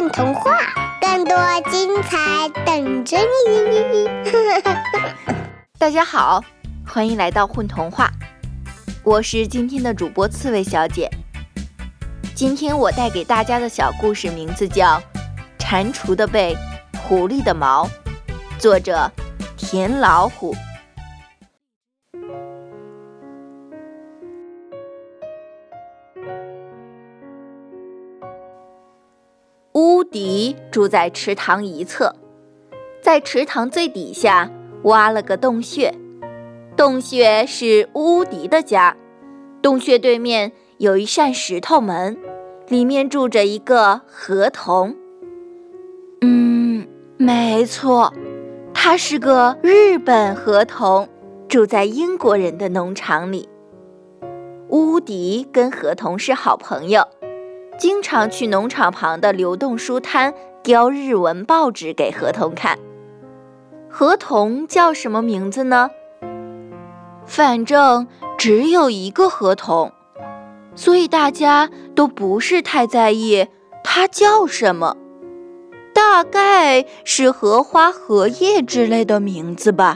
混童话，更多精彩等着你。 大家好，欢迎来到混童话，我是今天的主播刺猬小姐。今天我带给大家的小故事名字叫《蟾蜍的背，狐狸的毛》，作者田老虎。乌迪住在池塘一侧，在池塘最底下挖了个洞穴，洞穴是乌迪的家。洞穴对面有一扇石头门，里面住着一个河童。没错，他是个日本河童，住在英国人的农场里。乌迪跟河童是好朋友，经常去农场旁的流动书摊叼日文报纸给河童看。河童叫什么名字呢？反正只有一个河童，所以大家都不是太在意他叫什么，大概是荷花、荷叶之类的名字吧。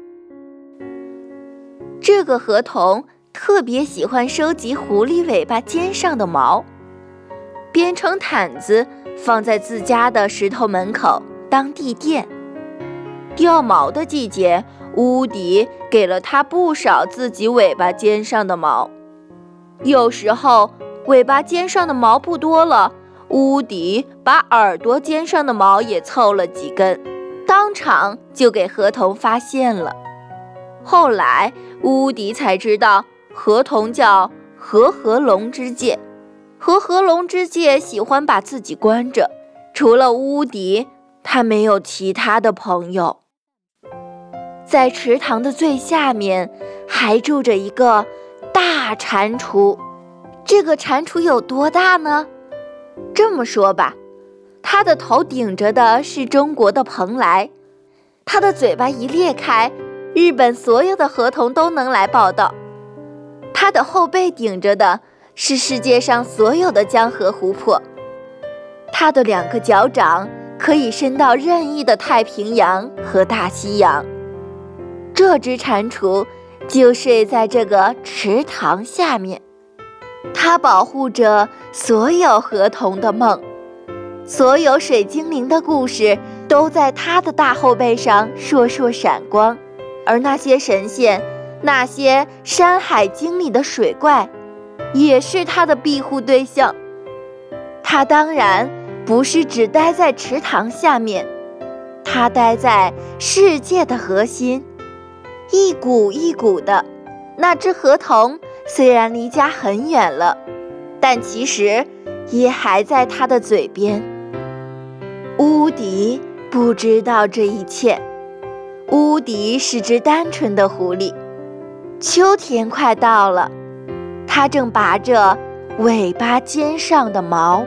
这个河童特别喜欢收集狐狸尾巴尖上的毛，编成毯子放在自家的石头门口当地垫。掉毛的季节，乌迪给了他不少自己尾巴尖上的毛。有时候尾巴尖上的毛不多了，乌迪把耳朵尖上的毛也凑了几根，当场就给河童发现了。后来乌迪才知道河童叫和合龙之介，和合龙之介喜欢把自己关着，除了乌迪，他没有其他的朋友。在池塘的最下面还住着一个大蟾蜍。这个蟾蜍有多大呢？这么说吧，它的头顶着的是中国的蓬莱，它的嘴巴一裂开，日本所有的河童都能来报道。它的后背顶着的是世界上所有的江河湖泊，它的两个脚掌可以伸到任意的太平洋和大西洋。这只蟾蜍就睡在这个池塘下面，它保护着所有河童的梦，所有水精灵的故事都在它的大后背上烁烁闪光，而那些神仙，那些山海经里的水怪，也是它的庇护对象。它当然不是只待在池塘下面，它待在世界的核心，一股一股的。那只河童虽然离家很远了，但其实也还在它的嘴边。乌迪不知道这一切，乌迪是只单纯的狐狸。秋天快到了，它正拔着尾巴尖上的毛。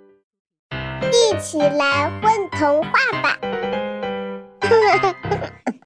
一起来混童话吧。